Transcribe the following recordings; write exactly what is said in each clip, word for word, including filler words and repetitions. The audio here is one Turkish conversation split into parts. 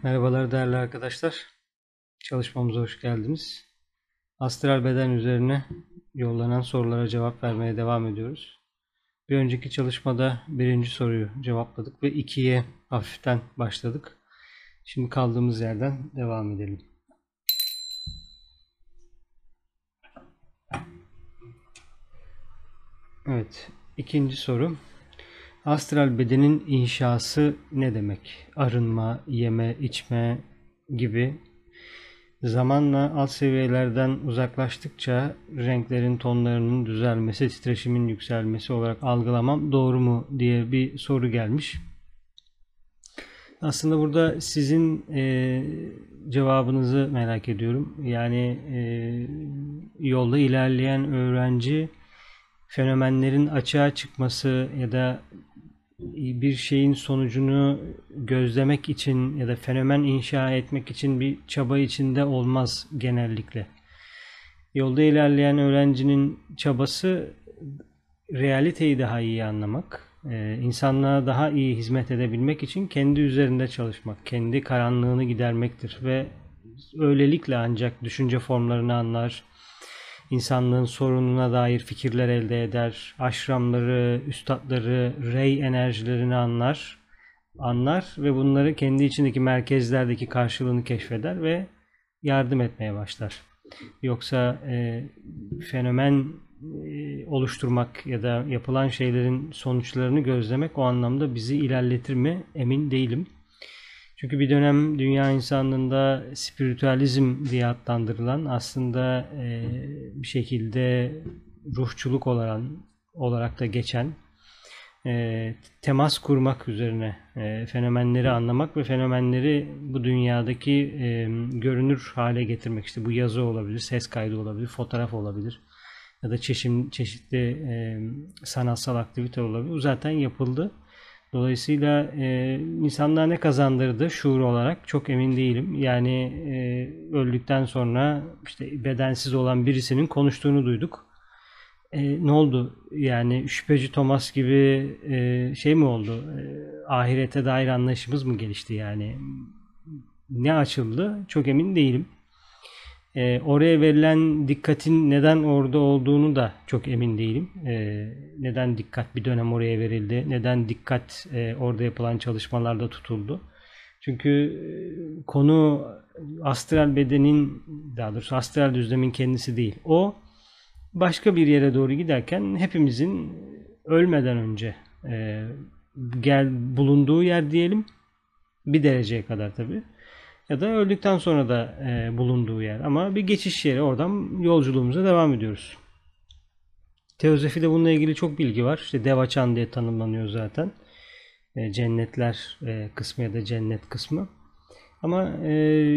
Merhabalar değerli arkadaşlar. Çalışmamıza hoş geldiniz. Astral beden üzerine yollanan sorulara cevap vermeye devam ediyoruz. Bir önceki çalışmada birinci soruyu cevapladık ve ikiye hafiften başladık. Şimdi kaldığımız yerden devam edelim. Evet, ikinci soru. Astral bedenin inşası ne demek? Arınma, yeme, içme gibi. Zamanla alt seviyelerden uzaklaştıkça renklerin tonlarının düzelmesi, titreşimin yükselmesi olarak algılamam doğru mu diye bir soru gelmiş. Aslında burada sizin e, cevabınızı merak ediyorum. Yani e, yolda ilerleyen öğrenci fenomenlerin açığa çıkması ya da bir şeyin sonucunu gözlemek için ya da fenomen inşa etmek için bir çaba içinde olmaz genellikle. Yolda ilerleyen öğrencinin çabası realiteyi daha iyi anlamak, insanlığa daha iyi hizmet edebilmek için kendi üzerinde çalışmak, kendi karanlığını gidermektir ve öylelikle ancak düşünce formlarını anlar, insanlığın sorununa dair fikirler elde eder, aşramları, üstatları, rey enerjilerini anlar, anlar ve bunları kendi içindeki merkezlerdeki karşılığını keşfeder ve yardım etmeye başlar. Yoksa e, fenomen e, oluşturmak ya da yapılan şeylerin sonuçlarını gözlemek o anlamda bizi ilerletir mi emin değilim. Çünkü bir dönem dünya insanlığında spiritüalizm diye adlandırılan aslında e, bir şekilde ruhçuluk olarak, olarak da geçen e, temas kurmak üzerine e, fenomenleri anlamak ve fenomenleri bu dünyadaki e, görünür hale getirmek. İşte bu yazı olabilir, ses kaydı olabilir, fotoğraf olabilir ya da çeşitli, çeşitli e, sanatsal aktivite olabilir. Bu zaten yapıldı. Dolayısıyla e, insanlığa ne kazandırdı şuur olarak çok emin değilim. Yani e, öldükten sonra işte bedensiz olan birisinin konuştuğunu duyduk. E, ne oldu? Yani şüpheci Thomas gibi e, şey mi oldu? E, ahirete dair anlayışımız mı gelişti yani? Ne açıldı? Çok emin değilim. E, oraya verilen dikkatin neden orada olduğunu da çok emin değilim. E, neden dikkat bir dönem oraya verildi? Neden dikkat e, orada yapılan çalışmalarda tutuldu? Çünkü e, konu astral bedenin, daha doğrusu astral düzlemin kendisi değil. O başka bir yere doğru giderken hepimizin ölmeden önce e, gel bulunduğu yer diyelim, bir dereceye kadar tabii. Ya da öldükten sonra da e, bulunduğu yer. Ama bir geçiş yeri, oradan yolculuğumuza devam ediyoruz. Teozofide bununla ilgili çok bilgi var. İşte Devaçan diye tanımlanıyor zaten. E, cennetler e, kısmı ya da cennet kısmı. Ama e,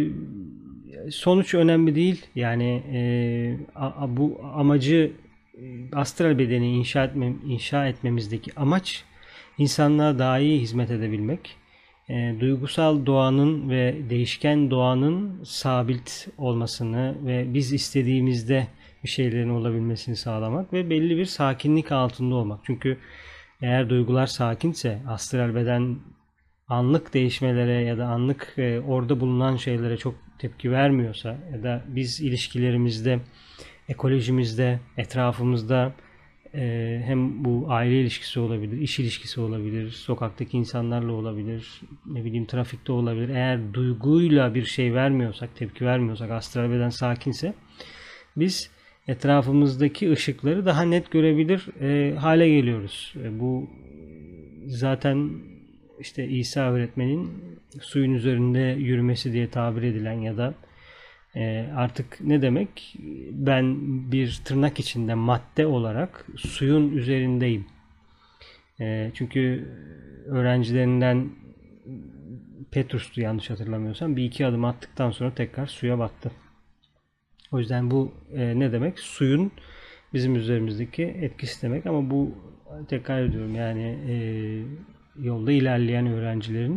sonuç önemli değil. Yani e, a, bu amacı e, astral bedeni inşa, etme, inşa etmemizdeki amaç insanlığa daha iyi hizmet edebilmek. E, duygusal doğanın ve değişken doğanın sabit olmasını ve biz istediğimizde bir şeylerin olabilmesini sağlamak ve belli bir sakinlik altında olmak. Çünkü eğer duygular sakinse, astral beden anlık değişmelere ya da anlık e, orada bulunan şeylere çok tepki vermiyorsa ya da biz ilişkilerimizde, ekolojimizde, etrafımızda e, hem bu aile ilişkisi olabilir, iş ilişkisi olabilir, sokaktaki insanlarla olabilir, ne bileyim trafikte olabilir. Eğer duyguyla bir şey vermiyorsak, tepki vermiyorsak, astral beden sakinse biz etrafımızdaki ışıkları daha net görebilir e, hale geliyoruz. E, bu zaten işte İsa öğretmenin suyun üzerinde yürümesi diye tabir edilen ya da e, artık ne demek? Ben bir tırnak içinde madde olarak suyun üzerindeyim. E, çünkü öğrencilerinden Petrus'tu yanlış hatırlamıyorsam bir iki adım attıktan sonra tekrar suya battı. O yüzden bu e, ne demek? Suyun bizim üzerimizdeki etkisi demek ama bu tekrar ediyorum yani e, yolda ilerleyen öğrencilerin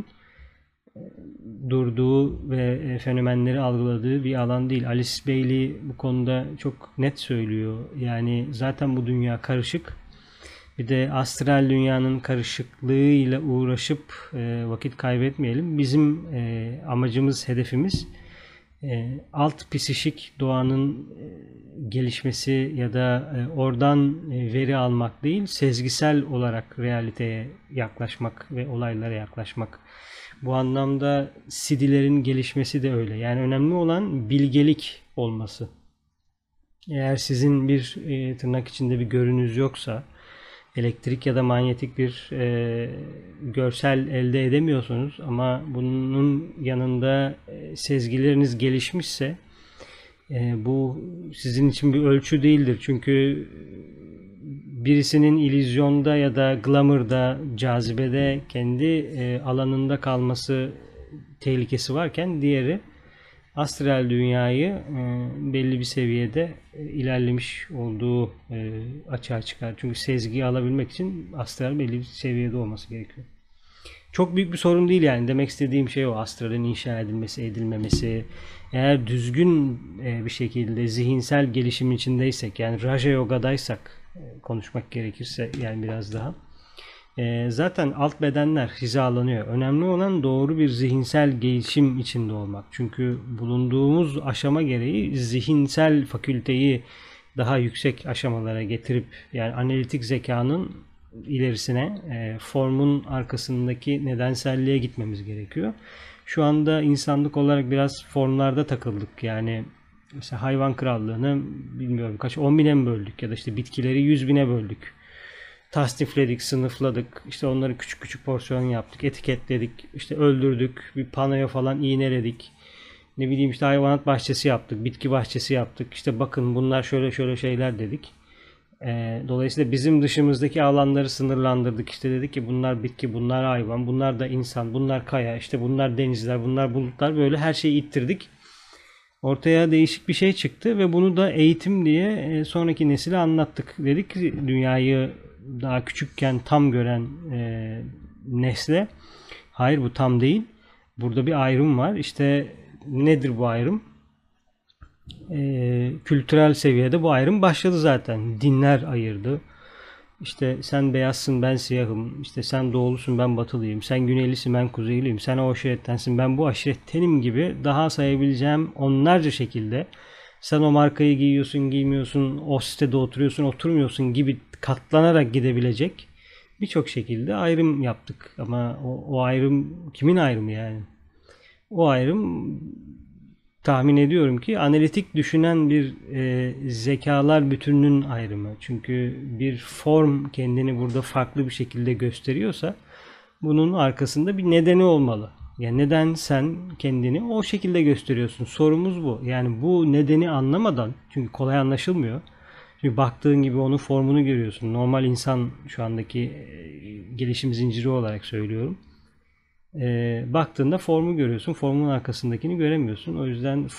durduğu ve fenomenleri algıladığı bir alan değil. Alice Bailey bu konuda çok net söylüyor. Yani zaten bu dünya karışık. Bir de astral dünyanın karışıklığıyla uğraşıp e, vakit kaybetmeyelim. Bizim e, amacımız, hedefimiz e, alt psişik doğanın e, gelişmesi ya da e, oradan e, veri almak değil, sezgisel olarak realiteye yaklaşmak ve olaylara yaklaşmak. Bu anlamda C D'lerin gelişmesi de öyle. Yani önemli olan bilgelik olması. Eğer sizin bir e, tırnak içinde bir görünüz yoksa, elektrik ya da manyetik bir e, görsel elde edemiyorsunuz ama bunun yanında e, sezgileriniz gelişmişse e, bu sizin için bir ölçü değildir. Çünkü birisinin illüzyonda ya da glamour'da, cazibede kendi e, alanında kalması tehlikesi varken diğeri astral dünyayı e, belli bir seviyede e, ilerlemiş olduğu e, açığa çıkar. Çünkü sezgiyi alabilmek için astral belli bir seviyede olması gerekiyor. Çok büyük bir sorun değil yani. Demek istediğim şey o. Astralin inşa edilmesi, edilmemesi. Eğer düzgün e, bir şekilde zihinsel gelişim içindeysek, yani Raja Yoga'daysak e, konuşmak gerekirse yani biraz daha. E, zaten alt bedenler hizalanıyor. Önemli olan doğru bir zihinsel gelişim içinde olmak. Çünkü bulunduğumuz aşama gereği zihinsel fakülteyi daha yüksek aşamalara getirip yani analitik zekanın ilerisine, e, formun arkasındaki nedenselliğe gitmemiz gerekiyor. Şu anda insanlık olarak biraz formlarda takıldık. Yani mesela hayvan krallığını bilmiyorum kaç on bine mi böldük ya da işte bitkileri yüz bine böldük. Tasnifledik, sınıfladık. İşte onları küçük küçük porsiyon yaptık, etiketledik, işte öldürdük, bir panoya falan iğneledik. Ne bileyim işte hayvanat bahçesi yaptık, bitki bahçesi yaptık. İşte bakın bunlar şöyle şöyle şeyler dedik. E, dolayısıyla bizim dışımızdaki alanları sınırlandırdık. İşte dedik ki bunlar bitki, bunlar hayvan, bunlar da insan, bunlar kaya, işte bunlar denizler, bunlar bulutlar. Böyle her şeyi ittirdik. Ortaya değişik bir şey çıktı ve bunu da eğitim diye e, sonraki nesile anlattık. Dedik ki dünyayı daha küçükken tam gören e, nesle hayır bu tam değil. Burada bir ayrım var. İşte nedir bu ayrım? E, kültürel seviyede bu ayrım başladı zaten. Dinler ayırdı. İşte sen beyazsın ben siyahım. İşte sen doğulusun ben batılıyım. Sen güneylisin ben kuzeyliyim. Sen o aşirettensin ben bu aşirettenim gibi daha sayabileceğim onlarca şekilde sen o markayı giyiyorsun giymiyorsun, o sitede oturuyorsun oturmuyorsun gibi katlanarak gidebilecek birçok şekilde ayrım yaptık. Ama o, o ayrım kimin ayrımı yani? O ayrım tahmin ediyorum ki analitik düşünen bir e, zekalar bütününün ayrımı. Çünkü bir form kendini burada farklı bir şekilde gösteriyorsa bunun arkasında bir nedeni olmalı. Yani neden sen kendini o şekilde gösteriyorsun? Sorumuz bu. Yani bu nedeni anlamadan, çünkü kolay anlaşılmıyor. Çünkü baktığın gibi onun formunu görüyorsun. Normal insan şu andaki e, gelişim zinciri olarak söylüyorum. E, baktığında formu görüyorsun. Formun arkasındakini göremiyorsun. O yüzden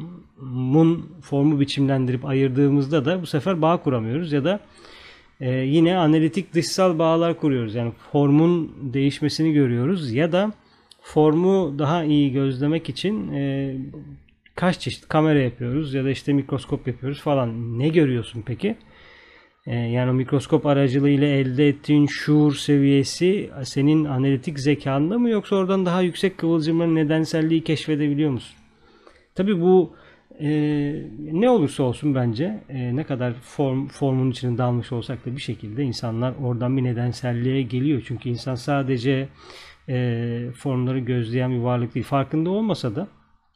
formun formu biçimlendirip ayırdığımızda da bu sefer bağ kuramıyoruz ya da e, yine analitik dışsal bağlar kuruyoruz. Yani formun değişmesini görüyoruz ya da formu daha iyi gözlemek için e, kaç çeşit kamera yapıyoruz ya da işte mikroskop yapıyoruz falan. Ne görüyorsun peki? E, yani o mikroskop aracılığıyla elde ettiğin şuur seviyesi senin analitik zekanda mı yoksa oradan daha yüksek kıvılcımların nedenselliği keşfedebiliyor musun? Tabii bu e, ne olursa olsun bence e, ne kadar form formun içine dalmış olsak da bir şekilde insanlar oradan bir nedenselliğe geliyor. Çünkü insan sadece e, formları gözleyen bir varlık değil. Farkında olmasa da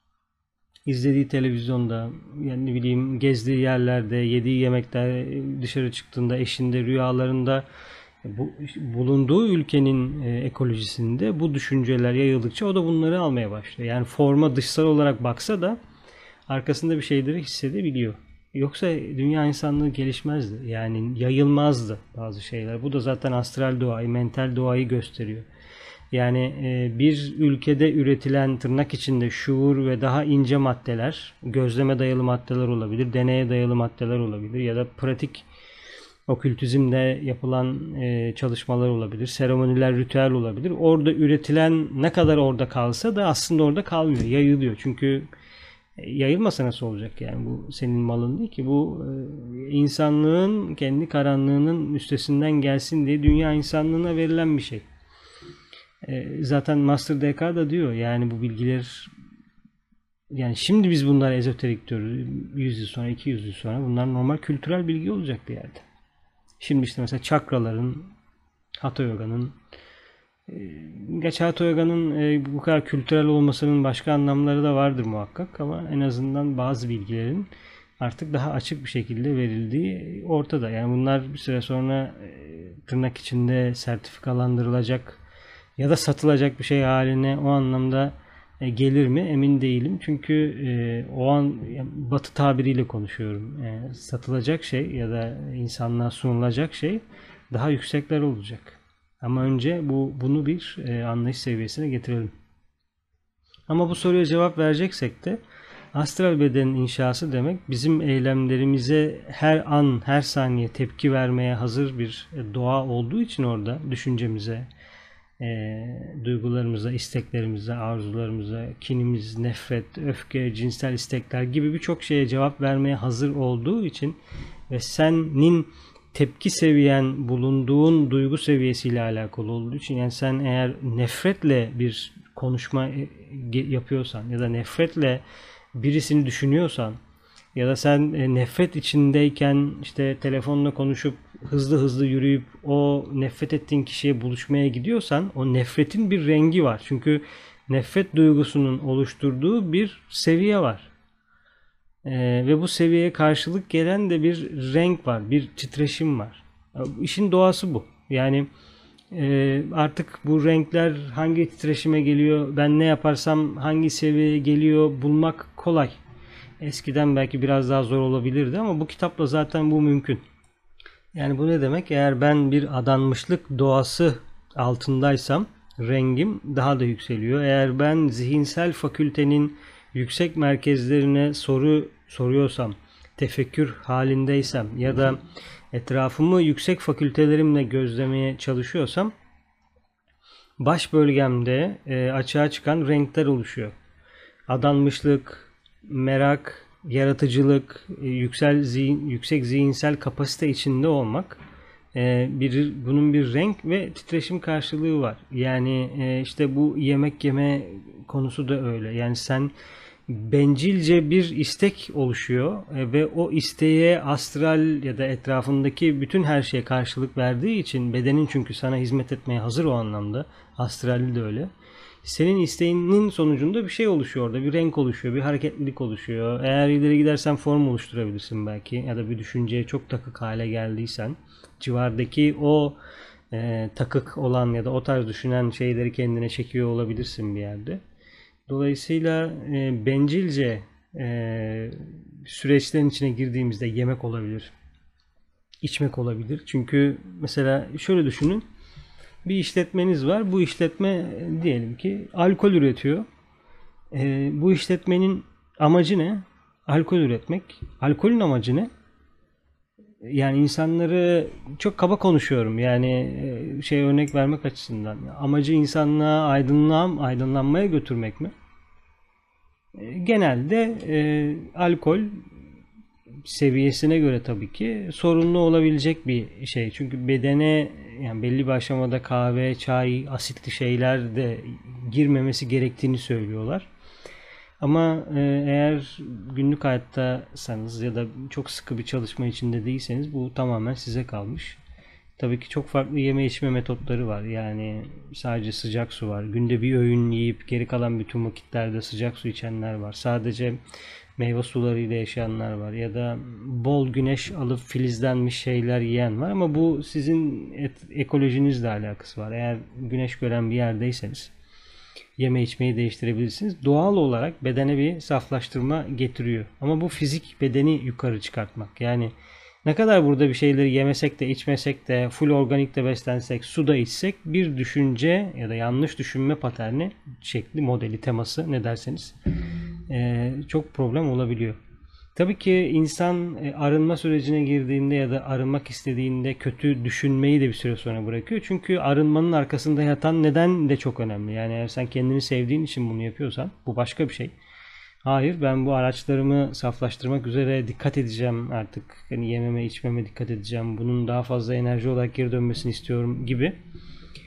izlediği televizyonda, yani ne bileyim gezdiği yerlerde, yediği yemekler, dışarı çıktığında, eşinde, rüyalarında bu, bulunduğu ülkenin e, ekolojisinde bu düşünceler yayıldıkça o da bunları almaya başlıyor. Yani forma dışsal olarak baksa da arkasında bir şeyleri hissedebiliyor. Yoksa dünya insanlığı gelişmezdi. Yani yayılmazdı bazı şeyler. Bu da zaten astral doğayı, mental doğayı gösteriyor. Yani e, bir ülkede üretilen tırnak içinde şuur ve daha ince maddeler, gözleme dayalı maddeler olabilir, deneye dayalı maddeler olabilir ya da pratik okültizmde yapılan e, çalışmalar olabilir, seremoniler, ritüel olabilir. Orada üretilen ne kadar orada kalsa da aslında orada kalmıyor, yayılıyor. Çünkü yayılmasa nasıl olacak yani bu senin malın değil ki bu e, insanlığın kendi karanlığının üstesinden gelsin diye dünya insanlığına verilen bir şey. E, zaten Master D K da diyor yani bu bilgiler, yani şimdi biz bunlara ezoterik diyoruz. yüz yıl sonra, iki yüz yıl sonra bunlar normal kültürel bilgi olacak bir yerde. Şimdi işte mesela çakraların, Hatha Yoga'nın, e, gerçi Hatha Yoga'nın e, bu kadar kültürel olmasının başka anlamları da vardır muhakkak, ama en azından bazı bilgilerin artık daha açık bir şekilde verildiği ortada. Yani bunlar bir süre sonra e, tırnak içinde sertifikalandırılacak ya da satılacak bir şey haline o anlamda e, gelir mi emin değilim. Çünkü e, o an yani Batı tabiriyle konuşuyorum. E, satılacak şey ya da insanlığa sunulacak şey daha yüksekler olacak. Ama önce bu bunu bir e, anlayış seviyesine getirelim. Ama bu soruya cevap vereceksek de astral bedenin inşası demek bizim eylemlerimize her an, her saniye tepki vermeye hazır bir doğa olduğu için orada düşüncemize, e, duygularımıza, isteklerimize, arzularımıza, kinimiz, nefret, öfke, cinsel istekler gibi birçok şeye cevap vermeye hazır olduğu için ve senin tepki seviyen, bulunduğun duygu seviyesiyle alakalı olduğu için, yani sen eğer nefretle bir konuşma yapıyorsan ya da nefretle birisini düşünüyorsan ya da sen nefret içindeyken işte telefonla konuşup hızlı hızlı yürüyüp o nefret ettiğin kişiye buluşmaya gidiyorsan, o nefretin bir rengi var. Çünkü nefret duygusunun oluşturduğu bir seviye var. Ee, ve bu seviyeye karşılık gelen de bir renk var, bir titreşim var. İşin doğası bu. Yani e, artık bu renkler hangi titreşime geliyor, ben ne yaparsam hangi seviyeye geliyor bulmak kolay. Eskiden belki biraz daha zor olabilirdi ama bu kitapla zaten bu mümkün. Yani bu ne demek? Eğer ben bir adanmışlık doğası altındaysam rengim daha da yükseliyor. Eğer ben zihinsel fakültenin yüksek merkezlerine soru soruyorsam, tefekkür halindeysem ya da etrafımı yüksek fakültelerimle gözlemeye çalışıyorsam baş bölgemde e, açığa çıkan renkler oluşuyor. Adanmışlık, merak, yaratıcılık, e, yüksel zihin, yüksek zihinsel kapasite içinde olmak, e, bir bunun bir renk ve titreşim karşılığı var. Yani e, işte bu yemek yeme konusu da öyle. Yani sen bencilce bir istek oluşuyor e, ve o isteğe astral ya da etrafındaki bütün her şeye karşılık verdiği için, bedenin çünkü sana hizmet etmeye hazır o anlamda, astralli de öyle. Senin isteğinin sonucunda bir şey oluşuyor orada. Bir renk oluşuyor, bir hareketlilik oluşuyor. Eğer ileri gidersen form oluşturabilirsin belki. Ya da bir düşünceye çok takık hale geldiysen civardaki o e, takık olan ya da o tarz düşünen şeyleri kendine çekiyor olabilirsin bir yerde. Dolayısıyla e, bencilce e, süreçlerin içine girdiğimizde yemek olabilir, içmek olabilir. Çünkü mesela şöyle düşünün. Bir işletmeniz var. Bu işletme diyelim ki alkol üretiyor. E, bu işletmenin amacı ne? Alkol üretmek. Alkolün amacı ne? Yani insanları, çok kaba konuşuyorum. Yani e, şey örnek vermek açısından. Amacı insanlığa aydınlan aydınlanmaya götürmek mi? E, genelde e, alkol seviyesine göre tabii ki sorunlu olabilecek bir şey. Çünkü bedene yani belli bir aşamada kahve, çay, asitli şeyler de girmemesi gerektiğini söylüyorlar. Ama e, eğer günlük hayattasanız ya da çok sıkı bir çalışma içinde değilseniz bu tamamen size kalmış. Tabii ki çok farklı yeme içme metotları var. Yani sadece sıcak su var. Günde bir öğün yiyip geri kalan bütün vakitlerde sıcak su içenler var. Sadece meyve sularıyla yaşayanlar var. Ya da bol güneş alıp filizlenmiş şeyler yiyen var. Ama bu sizin et, ekolojinizle alakası var. Eğer güneş gören bir yerdeyseniz yeme içmeyi değiştirebilirsiniz. Doğal olarak bedene bir saflaştırma getiriyor. Ama bu fizik bedeni yukarı çıkartmak. Yani ne kadar burada bir şeyleri yemesek de içmesek de full organik de beslensek, su da içsek bir düşünce ya da yanlış düşünme paterni şekli, modeli, teması ne derseniz e, çok problem olabiliyor. Tabii ki insan e, arınma sürecine girdiğinde ya da arınmak istediğinde kötü düşünmeyi de bir süre sonra bırakıyor. Çünkü arınmanın arkasında yatan neden de çok önemli. Yani eğer sen kendini sevdiğin için bunu yapıyorsan bu başka bir şey. Hayır, ben bu araçlarımı saflaştırmak üzere dikkat edeceğim artık. Yani yememe içmeme dikkat edeceğim. Bunun daha fazla enerji olarak geri dönmesini istiyorum gibi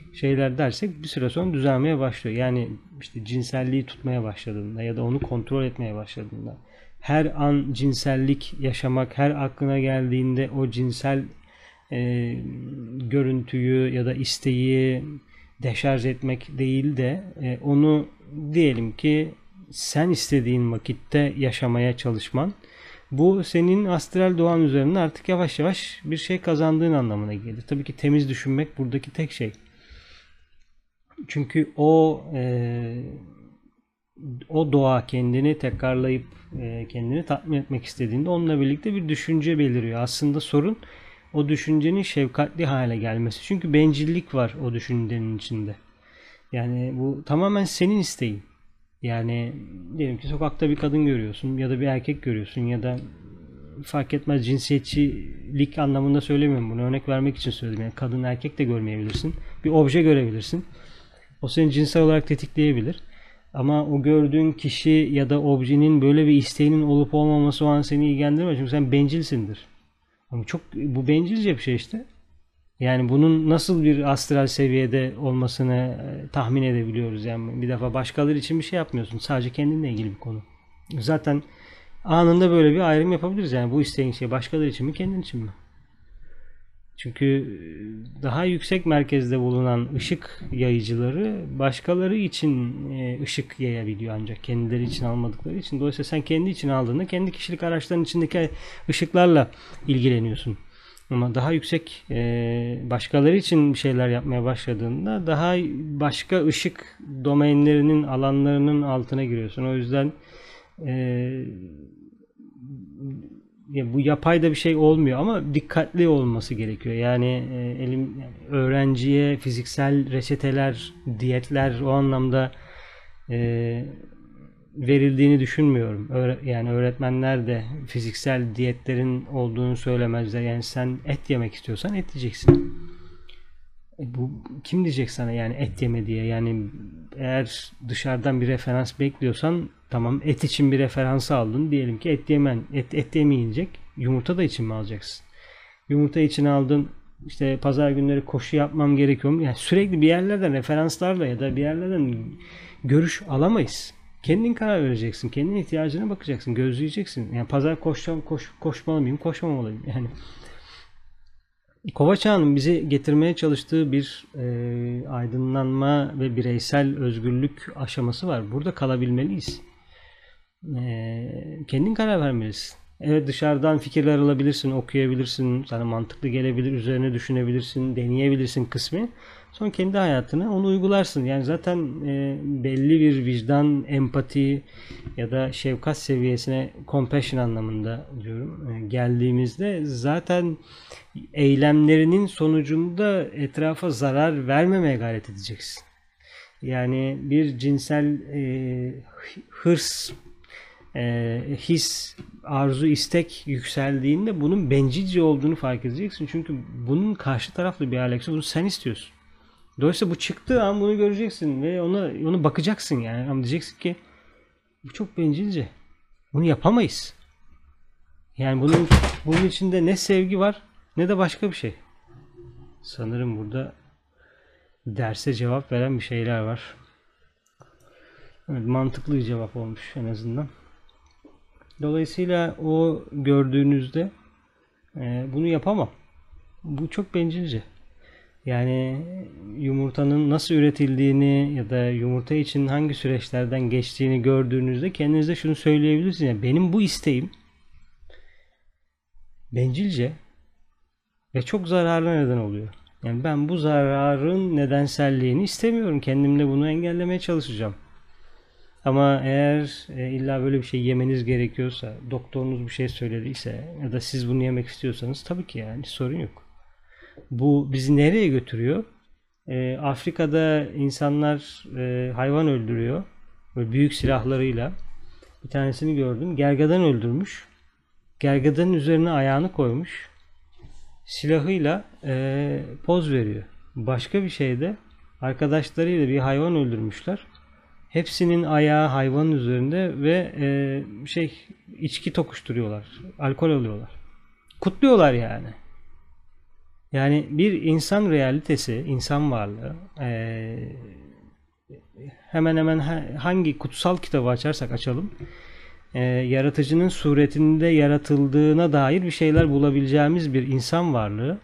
şeyler dersek bir süre sonra düzelmeye başlıyor. Yani işte cinselliği tutmaya başladığında ya da onu kontrol etmeye başladığında, her an cinsellik yaşamak, her aklına geldiğinde o cinsel e, görüntüyü ya da isteği deşarj etmek değil de e, onu diyelim ki sen istediğin vakitte yaşamaya çalışman, bu senin astral doğan üzerinde artık yavaş yavaş bir şey kazandığın anlamına gelir. Tabii ki temiz düşünmek buradaki tek şey. Çünkü o e, o doğa kendini tekrarlayıp e, kendini tatmin etmek istediğinde onunla birlikte bir düşünce beliriyor. Aslında sorun o düşüncenin şefkatli hale gelmesi. Çünkü bencillik var o düşüncenin içinde. Yani bu tamamen senin isteğin. Yani diyelim ki sokakta bir kadın görüyorsun ya da bir erkek görüyorsun ya da fark etmez, cinsiyetçilik anlamında söylemiyorum bunu, örnek vermek için söyledim. Yani kadın erkek de görmeyebilirsin. Bir obje görebilirsin. O seni cinsel olarak tetikleyebilir. Ama o gördüğün kişi ya da objenin böyle bir isteğinin olup olmaması o an seni ilgilendirmez. Çünkü sen bencilsindir. Ama çok bu bencilce bir şey işte. Yani bunun nasıl bir astral seviyede olmasını e, tahmin edebiliyoruz. Yani bir defa başkaları için bir şey yapmıyorsun. Sadece kendinle ilgili bir konu. Zaten anında böyle bir ayrım yapabiliriz. Yani bu isteğin şey başkaları için mi, kendin için mi? Çünkü daha yüksek merkezde bulunan ışık yayıcıları başkaları için e, ışık yayabiliyor, ancak kendileri için almadıkları için. Dolayısıyla sen kendi için aldığında kendi kişilik araçlarının içindeki ışıklarla ilgileniyorsun. Ama daha yüksek e, başkaları için bir şeyler yapmaya başladığında daha başka ışık domainlerinin, alanlarının altına giriyorsun. O yüzden e, ya bu yapay da bir şey olmuyor ama dikkatli olması gerekiyor. Yani e, elim yani öğrenciye fiziksel reçeteler, diyetler o anlamda e, verildiğini düşünmüyorum. Öğre- yani öğretmenler de fiziksel diyetlerin olduğunu söylemezler. Yani sen et yemek istiyorsan et yiyeceksin. E bu kim diyecek sana yani et yeme diye? Yani eğer dışarıdan bir referans bekliyorsan tamam, et için bir referans aldın. Diyelim ki et yemen, et, et yemeyecek. Yumurta da için mi alacaksın? Yumurta için aldın. İşte pazar günleri koşu yapmam gerekiyor mu? Yani sürekli bir yerlerden referanslarla ya da bir yerlerden görüş alamayız. Kendin karar vereceksin. Kendin ihtiyacına bakacaksın. Gözleyeceksin. Yani pazar koşacağım, koş, koşmalı mıyım, koşmamalıyım. Yani Kova Çağı'nın bizi getirmeye çalıştığı bir e, aydınlanma ve bireysel özgürlük aşaması var. Burada kalabilmeliyiz. E, kendin karar vermelisin. Evet, dışarıdan fikirler alabilirsin, okuyabilirsin, sana mantıklı gelebilir, üzerine düşünebilirsin, deneyebilirsin kısmı. Sonra kendi hayatına onu uygularsın. Yani zaten e, belli bir vicdan, empati ya da şefkat seviyesine, compassion anlamında diyorum, e, geldiğimizde zaten eylemlerinin sonucunda etrafa zarar vermemeye gayret edeceksin. Yani bir cinsel e, hırs, e, his, arzu, istek yükseldiğinde bunun bencilce olduğunu fark edeceksin. Çünkü bunun karşı taraflı bir alakası, bunu sen istiyorsun. Dolayısıyla bu çıktığı an bunu göreceksin ve ona onu bakacaksın yani. Ama diyeceksin ki bu çok bencilce. Bunu yapamayız. Yani bunun bunun içinde ne sevgi var ne de başka bir şey. Sanırım burada derse cevap veren bir şeyler var. Evet, mantıklı bir cevap olmuş en azından. Dolayısıyla o gördüğünüzde e, bunu yapamam. Bu çok bencilce. Yani yumurtanın nasıl üretildiğini ya da yumurta için hangi süreçlerden geçtiğini gördüğünüzde kendinize şunu söyleyebilirsiniz. Yani benim bu isteğim bencilce ve çok zararlı neden oluyor. Yani ben bu zararın nedenselliğini istemiyorum. Kendimle bunu engellemeye çalışacağım. Ama eğer e, illa böyle bir şey yemeniz gerekiyorsa, doktorunuz bir şey söylediyse ya da siz bunu yemek istiyorsanız tabii ki yani sorun yok. Bu bizi nereye götürüyor? E, Afrika'da insanlar e, hayvan öldürüyor. Böyle büyük silahlarıyla. Bir tanesini gördüm. Gergedan öldürmüş. Gergedanın üzerine ayağını koymuş. Silahıyla e, poz veriyor. Başka bir şeyde arkadaşlarıyla bir hayvan öldürmüşler. Hepsinin ayağı hayvanın üzerinde ve e, şey içki tokuşturuyorlar. Alkol alıyorlar. Kutluyorlar yani. Yani bir insan realitesi, insan varlığı, eee, hemen hemen hangi kutsal kitabı açarsak açalım, eee, yaratıcının suretinde yaratıldığına dair bir şeyler bulabileceğimiz bir insan varlığı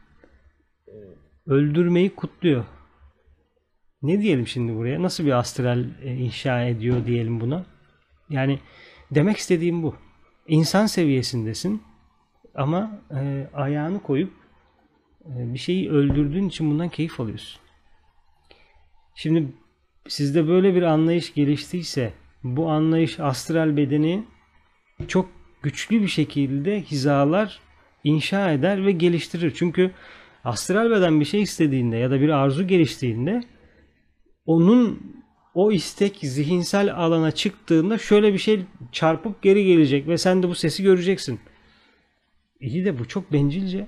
öldürmeyi kutluyor. Ne diyelim şimdi buraya? Nasıl bir astral e, inşa ediyor diyelim buna? Yani demek istediğim bu. İnsan seviyesindesin ama e, ayağını koyup e, bir şeyi öldürdüğün için bundan keyif alıyorsun. Şimdi sizde böyle bir anlayış geliştiyse bu anlayış astral bedeni çok güçlü bir şekilde hizalar, inşa eder ve geliştirir. Çünkü astral beden bir şey istediğinde ya da bir arzu geliştiğinde onun o istek zihinsel alana çıktığında şöyle bir şey çarpıp geri gelecek ve sen de bu sesi göreceksin. İyi de bu çok bencilce.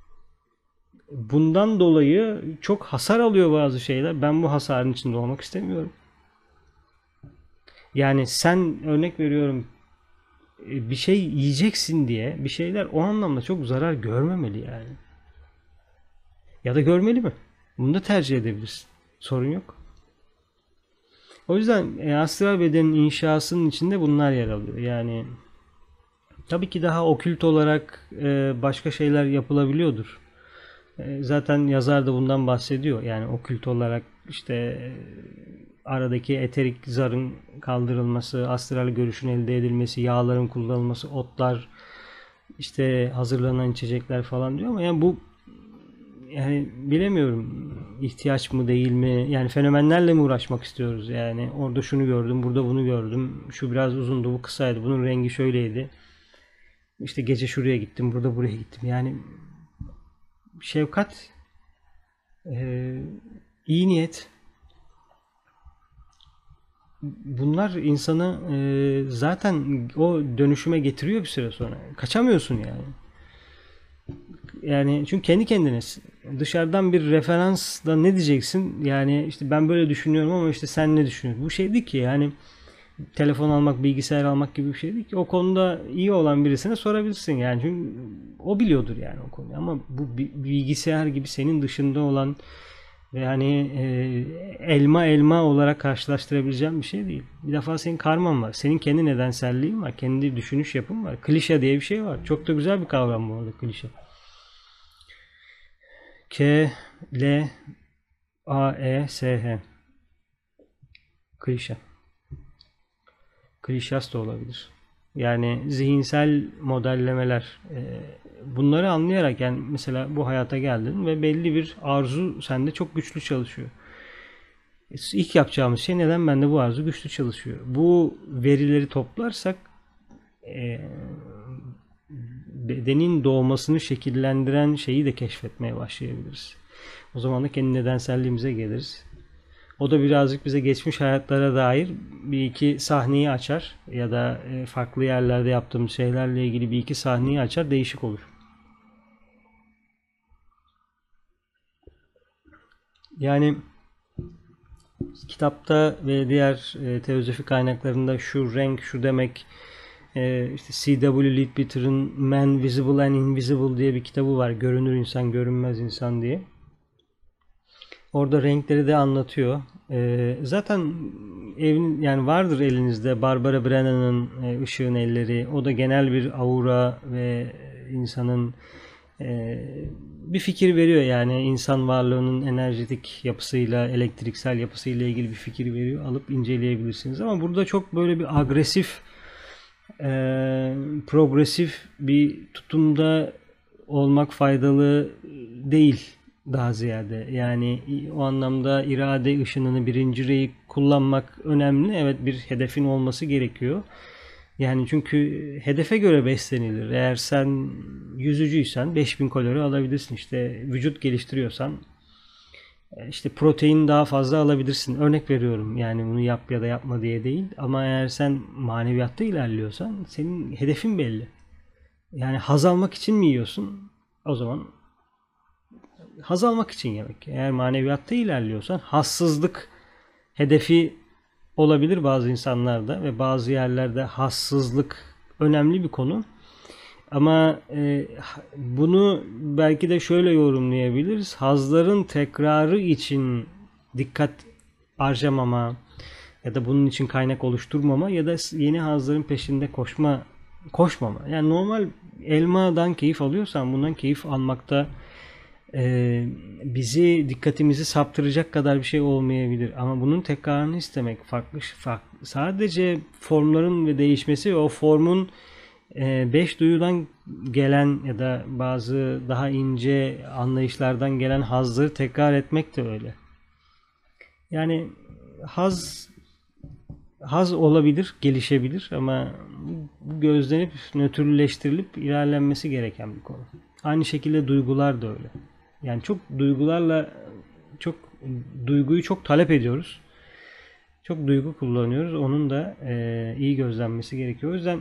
Bundan dolayı çok hasar alıyor bazı şeyler. Ben bu hasarın içinde olmak istemiyorum. Yani sen, örnek veriyorum, bir şey yiyeceksin diye bir şeyler o anlamda çok zarar görmemeli yani. Ya da görmeli mi? Bunu da tercih edebilirsin. Sorun yok. O yüzden e, astral bedenin inşasının içinde bunlar yer alıyor. Yani tabii ki daha okült olarak e, başka şeyler yapılabiliyordur. E, zaten yazar da bundan bahsediyor. Yani okült olarak işte e, aradaki eterik zarın kaldırılması, astral görüşün elde edilmesi, yağların kullanılması, otlar, işte hazırlanan içecekler falan diyor ama yani bu, yani bilemiyorum, ihtiyaç mı değil mi? Yani fenomenlerle mi uğraşmak istiyoruz? Yani orada şunu gördüm, burada bunu gördüm. Şu biraz uzundu, bu kısaydı. Bunun rengi şöyleydi. İşte gece şuraya gittim, burada buraya gittim. Yani şefkat, e, iyi niyet, bunlar insanı e, zaten o dönüşüme getiriyor bir süre sonra. Kaçamıyorsun yani. Yani çünkü kendi kendine dışarıdan bir referansla ne diyeceksin? Yani işte ben böyle düşünüyorum ama işte sen ne düşünüyorsun? Bu şey değil ki yani, telefon almak, bilgisayar almak gibi bir şey değil ki. O konuda iyi olan birisine sorabilirsin yani. Çünkü o biliyordur yani o konuyu. Ama bu bilgisayar gibi senin dışında olan ve hani e, elma elma olarak karşılaştırabileceğim bir şey değil. Bir defa senin karman var. Senin kendi nedenselliğin var. Kendi düşünüş yapın var. Klişe diye bir şey var. Çok da güzel bir kavram bu arada, klişe. K L A E S H. Klişe. Klişas da olabilir. Yani zihinsel modellemeler. E, bunları anlayarak, yani mesela bu hayata geldin ve belli bir arzu sende çok güçlü çalışıyor. İlk yapacağımız şey, neden bende bu arzu güçlü çalışıyor? Bu verileri toplarsak e, bedenin doğmasını şekillendiren şeyi de keşfetmeye başlayabiliriz. O zaman da kendi nedenselliğimize geliriz. O da birazcık bize geçmiş hayatlara dair bir iki sahneyi açar ya da farklı yerlerde yaptığımız şeylerle ilgili bir iki sahneyi açar, değişik olur. Yani kitapta ve diğer e, teozofi kaynaklarında şu renk, şu demek, e, işte C W Leadbetter'ın Man, Visible and Invisible diye bir kitabı var. Görünür insan, görünmez insan diye. Orada renkleri de anlatıyor. E, zaten evin, yani vardır elinizde Barbara Brennan'ın e, Işığın Elleri. O da genel bir aura ve insanın e, bir fikir veriyor, yani insan varlığının enerjetik yapısıyla, elektriksel yapısıyla ilgili bir fikir veriyor. Alıp inceleyebilirsiniz. Ama burada çok böyle bir agresif, e, progresif bir tutumda olmak faydalı değil, daha ziyade. Yani o anlamda irade ışınını, birinciyi kullanmak önemli. Evet, bir hedefin olması gerekiyor. Yani çünkü hedefe göre beslenilir. Eğer sen yüzücüysen beş bin kalori alabilirsin. İşte vücut geliştiriyorsan işte protein daha fazla alabilirsin. Örnek veriyorum. Yani bunu yap ya da yapma diye değil. Ama eğer sen maneviyatta ilerliyorsan senin hedefin belli. Yani haz almak için mi yiyorsun? O zaman haz almak için yemek. Eğer maneviyatta ilerliyorsan hassızlık hedefi olabilir bazı insanlarda ve bazı yerlerde hassızlık önemli bir konu. Ama e, bunu belki de şöyle yorumlayabiliriz. Hazların tekrarı için dikkat harcamama ya da bunun için kaynak oluşturmama ya da yeni hazların peşinde koşma koşmama. Yani normal elmadan keyif alıyorsan bundan keyif almakta e, bizi dikkatimizi saptıracak kadar bir şey olmayabilir. Ama bunun tekrarını istemek farklı, farklı. Sadece formların ve değişmesi ve o formun e, beş duyudan gelen ya da bazı daha ince anlayışlardan gelen hazları tekrar etmek de öyle. Yani haz haz olabilir, gelişebilir ama bu gözlenip nötrleştirilip ilerlenmesi gereken bir konu. Aynı şekilde duygular da öyle. Yani çok duygularla çok duyguyu çok talep ediyoruz. Çok duygu kullanıyoruz. Onun da e, iyi gözlenmesi gerekiyor. O yüzden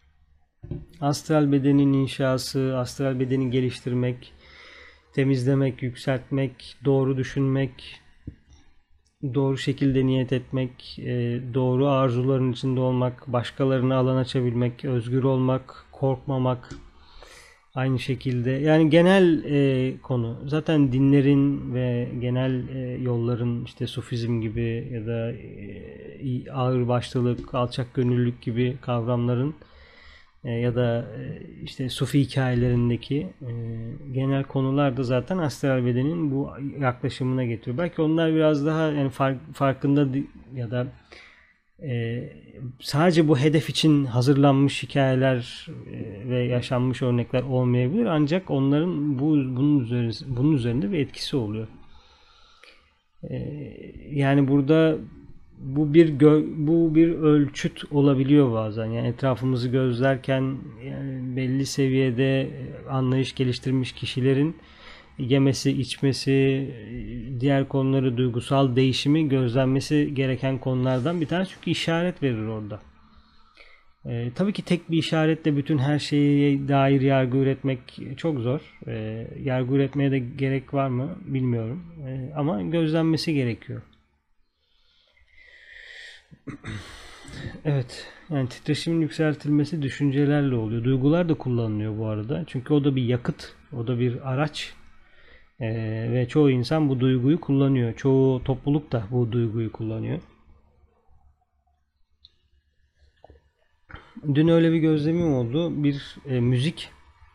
astral bedenin inşası, astral bedeni geliştirmek, temizlemek, yükseltmek, doğru düşünmek, doğru şekilde niyet etmek, e, doğru arzuların içinde olmak, başkalarına alan açabilmek, özgür olmak, korkmamak, aynı şekilde. Yani genel e, konu. Zaten dinlerin ve genel e, yolların işte Sufizm gibi ya da e, ağırbaşlılık, alçak gönüllülük gibi kavramların e, ya da e, işte Sufi hikayelerindeki e, genel konular da zaten astral bedenin bu yaklaşımına getiriyor. Belki onlar biraz daha yani fark, farkında ya da e, sadece bu hedef için hazırlanmış hikayeler e, ve yaşanmış örnekler olmayabilir. Ancak onların bu bunun üzerinde, bunun üzerinde bir etkisi oluyor. E, yani burada bu bir gö bu bir ölçüt olabiliyor bazen. Yani etrafımızı gözlerken yani belli seviyede anlayış geliştirmiş kişilerin yemesi, içmesi, diğer konuları, duygusal değişimi gözlenmesi gereken konulardan bir tanesi. Çünkü işaret verir orada. Ee, tabii ki tek bir işaretle bütün her şeye dair yargı üretmek çok zor. Ee, yargı üretmeye de gerek var mı bilmiyorum. Ee, ama gözlenmesi gerekiyor. Evet. Yani titreşimin yükseltilmesi düşüncelerle oluyor. Duygular da kullanılıyor bu arada. Çünkü o da bir yakıt. O da bir araç. Ee, ve çoğu insan bu duyguyu kullanıyor. Çoğu topluluk da bu duyguyu kullanıyor. Dün öyle bir gözlemim oldu. Bir e, müzik,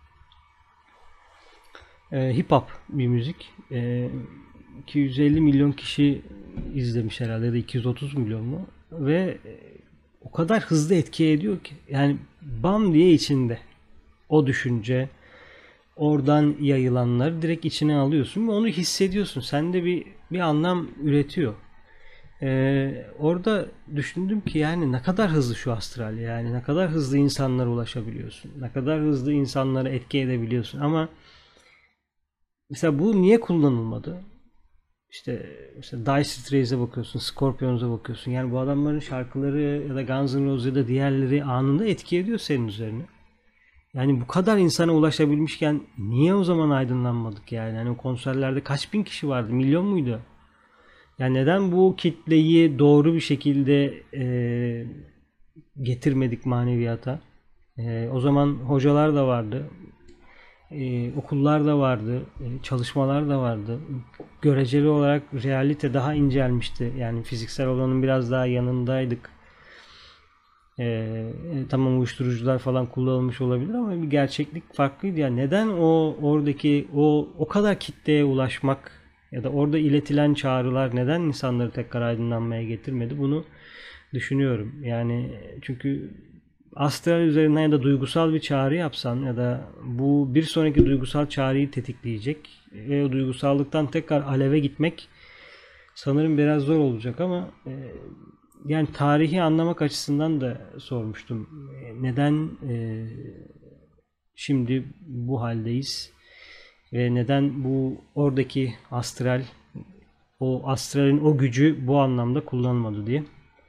e, hip hop bir müzik. E, iki yüz elli milyon kişi izlemiş herhalde ya da iki yüz otuz milyon mu? Ve e, o kadar hızlı etki ediyor ki. Yani bam diye içinde. O düşünce, oradan yayılanları direkt içine alıyorsun ve onu hissediyorsun. Sende bir bir anlam üretiyor. Ee, orada düşündüm ki yani ne kadar hızlı şu astral, yani ne kadar hızlı insanlara ulaşabiliyorsun. Ne kadar hızlı insanları etki edebiliyorsun. Ama mesela bu niye kullanılmadı? İşte mesela Dire Straits'e bakıyorsun, Scorpions'a bakıyorsun. Yani bu adamların şarkıları ya da Guns N' Roses ya da diğerleri anında etki ediyor senin üzerine. Yani bu kadar insana ulaşabilmişken niye o zaman aydınlanmadık yani? Hani o konserlerde kaç bin kişi vardı? Milyon muydu? Yani neden bu kitleyi doğru bir şekilde e, getirmedik maneviyata? E, o zaman hocalar da vardı. E, okullar da vardı. E, çalışmalar da vardı. Göreceli olarak realite daha incelmişti. Yani fiziksel olanın biraz daha yanındaydık. Ee, e, tamam uyuşturucular falan kullanılmış olabilir ama bir gerçeklik farklıydı. Yani neden o oradaki o o kadar kitleye ulaşmak ya da orada iletilen çağrılar neden insanları tekrar aydınlanmaya getirmedi? Bunu düşünüyorum. Yani çünkü astral üzerinden ya da duygusal bir çağrı yapsan ya da bu bir sonraki duygusal çağrıyı tetikleyecek ve o duygusallıktan tekrar aleve gitmek sanırım biraz zor olacak ama e, yani tarihi anlamak açısından da sormuştum. E, Neden e, şimdi bu haldeyiz ve neden bu oradaki astral, o astralin o gücü bu anlamda kullanmadı diye.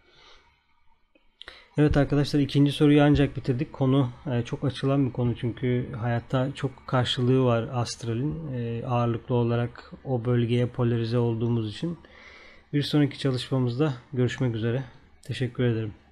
Evet arkadaşlar, ikinci soruyu ancak bitirdik. Konu e, çok açılan bir konu çünkü hayatta çok karşılığı var astralin. E, ağırlıklı olarak o bölgeye polarize olduğumuz için. Bir sonraki çalışmamızda görüşmek üzere. Teşekkür ederim.